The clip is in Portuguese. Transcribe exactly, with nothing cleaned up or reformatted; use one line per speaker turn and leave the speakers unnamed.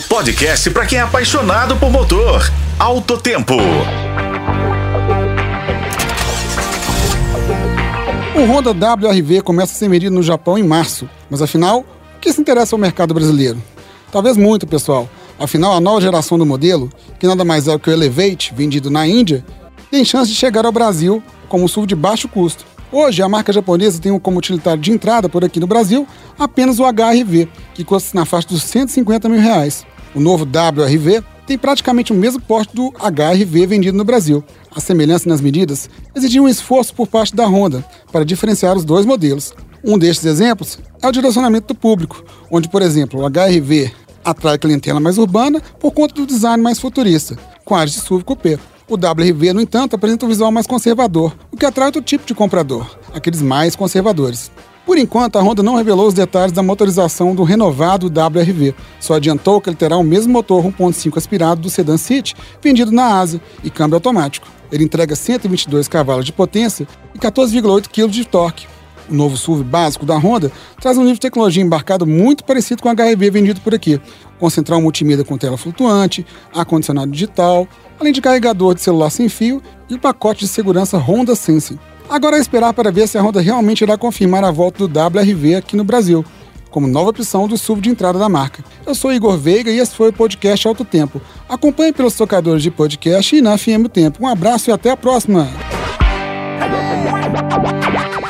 podcast para quem é apaixonado por motor. Alto Tempo.
O Honda W R V começa a ser vendido no Japão em março, mas afinal, o que se interessa ao mercado brasileiro? Talvez muito, pessoal. Afinal, a nova geração do modelo, que nada mais é que o Elevate, vendido na Índia, tem chance de chegar ao Brasil como um S U V de baixo custo. Hoje, a marca japonesa tem como utilitário de entrada por aqui no Brasil apenas o H R V, que custa na faixa dos cento e cinquenta mil reais. O novo W R V tem praticamente o mesmo porte do H R V vendido no Brasil. A semelhança nas medidas exigiu um esforço por parte da Honda para diferenciar os dois modelos. Um destes exemplos é o direcionamento do público, onde, por exemplo, o H R V atrai clientela mais urbana por conta do design mais futurista, com áreas de S U V coupé. O W R V, no entanto, apresenta um visual mais conservador, o que atrai outro tipo de comprador, aqueles mais conservadores. Por enquanto, a Honda não revelou os detalhes da motorização do renovado W R V. Só adiantou que ele terá o mesmo motor um ponto cinco aspirado do sedã City, vendido na Ásia, e câmbio automático. Ele entrega cento e vinte e dois cavalos de potência e quatorze vírgula oito quilos de torque. O novo S U V básico da Honda traz um nível de tecnologia embarcado muito parecido com o H R V vendido por aqui, com central multimídia com tela flutuante, ar-condicionado digital, além de carregador de celular sem fio e o pacote de segurança Honda Sensing. Agora é esperar para ver se a Honda realmente irá confirmar a volta do W R V aqui no Brasil, como nova opção do S U V de entrada da marca. Eu sou Igor Veiga e esse foi o podcast Alto Tempo. Acompanhe pelos tocadores de podcast e na F M O Tempo. Um abraço e até a próxima!